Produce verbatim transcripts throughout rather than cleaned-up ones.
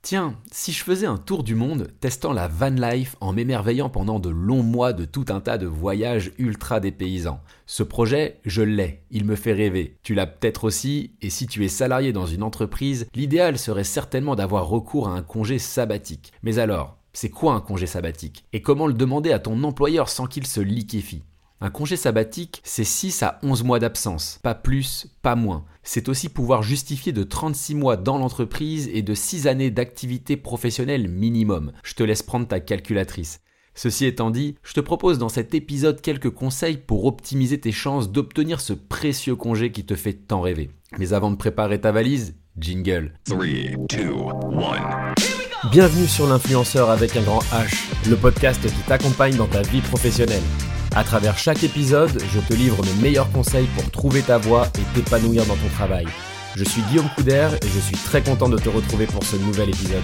Tiens, si je faisais un tour du monde testant la van life en m'émerveillant pendant de longs mois de tout un tas de voyages ultra dépaysants. Ce projet, je l'ai, il me fait rêver. Tu l'as peut-être aussi, et si tu es salarié dans une entreprise, l'idéal serait certainement d'avoir recours à un congé sabbatique. Mais alors, c'est quoi un congé sabbatique? Et comment le demander à ton employeur sans qu'il se liquéfie? Un congé sabbatique, c'est six à onze mois d'absence, pas plus, pas moins. C'est aussi pouvoir justifier de trente-six mois dans l'entreprise et de six années d'activité professionnelle minimum. Je te laisse prendre ta calculatrice. Ceci étant dit, je te propose dans cet épisode quelques conseils pour optimiser tes chances d'obtenir ce précieux congé qui te fait tant rêver. Mais avant de préparer ta valise, jingle. trois, deux, un... Bienvenue sur l'influenceur avec un grand H, le podcast qui t'accompagne dans ta vie professionnelle. À travers chaque épisode, je te livre mes meilleurs conseils pour trouver ta voie et t'épanouir dans ton travail. Je suis Guillaume Couder et je suis très content de te retrouver pour ce nouvel épisode.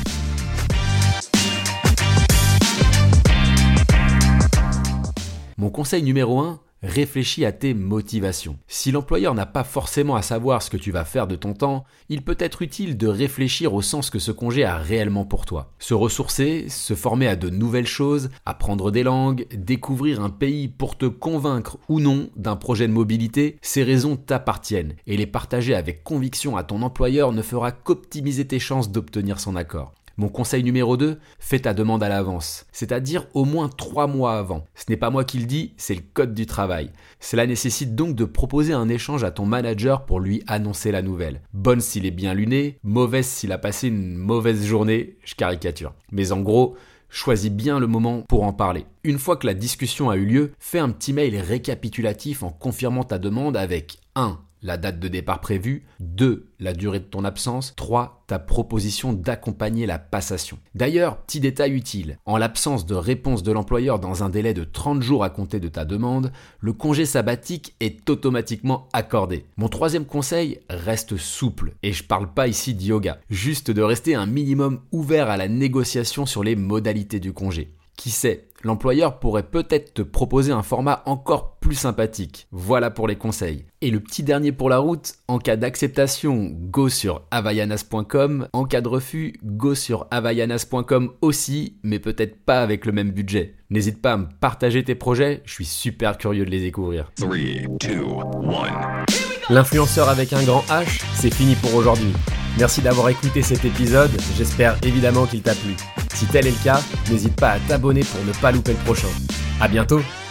Mon conseil numéro un, réfléchis à tes motivations. Si l'employeur n'a pas forcément à savoir ce que tu vas faire de ton temps, il peut être utile de réfléchir au sens que ce congé a réellement pour toi. Se ressourcer, se former à de nouvelles choses, apprendre des langues, découvrir un pays pour te convaincre ou non d'un projet de mobilité, ces raisons t'appartiennent et les partager avec conviction à ton employeur ne fera qu'optimiser tes chances d'obtenir son accord. Mon conseil numéro deux, fais ta demande à l'avance, c'est-à-dire au moins trois mois avant. Ce n'est pas moi qui le dis, c'est le code du travail. Cela nécessite donc de proposer un échange à ton manager pour lui annoncer la nouvelle. Bonne s'il est bien luné, mauvaise s'il a passé une mauvaise journée, je caricature. Mais en gros, choisis bien le moment pour en parler. Une fois que la discussion a eu lieu, fais un petit mail récapitulatif en confirmant ta demande avec un la date de départ prévue, deux la durée de ton absence, trois ta proposition d'accompagner la passation. D'ailleurs, petit détail utile, en l'absence de réponse de l'employeur dans un délai de trente jours à compter de ta demande, le congé sabbatique est automatiquement accordé. Mon troisième conseil, reste souple, et je parle pas ici de yoga, juste de rester un minimum ouvert à la négociation sur les modalités du congé. Qui sait, l'employeur pourrait peut-être te proposer un format encore plus sympathique. Voilà pour les conseils. Et le petit dernier pour la route, en cas d'acceptation, go sur havaianas point com. En cas de refus, go sur havaianas point com aussi, mais peut-être pas avec le même budget. N'hésite pas à me partager tes projets, je suis super curieux de les découvrir. trois, deux, un... L'influenceur avec un grand H, c'est fini pour aujourd'hui. Merci d'avoir écouté cet épisode, j'espère évidemment qu'il t'a plu. Si tel est le cas, n'hésite pas à t'abonner pour ne pas louper le prochain. À bientôt!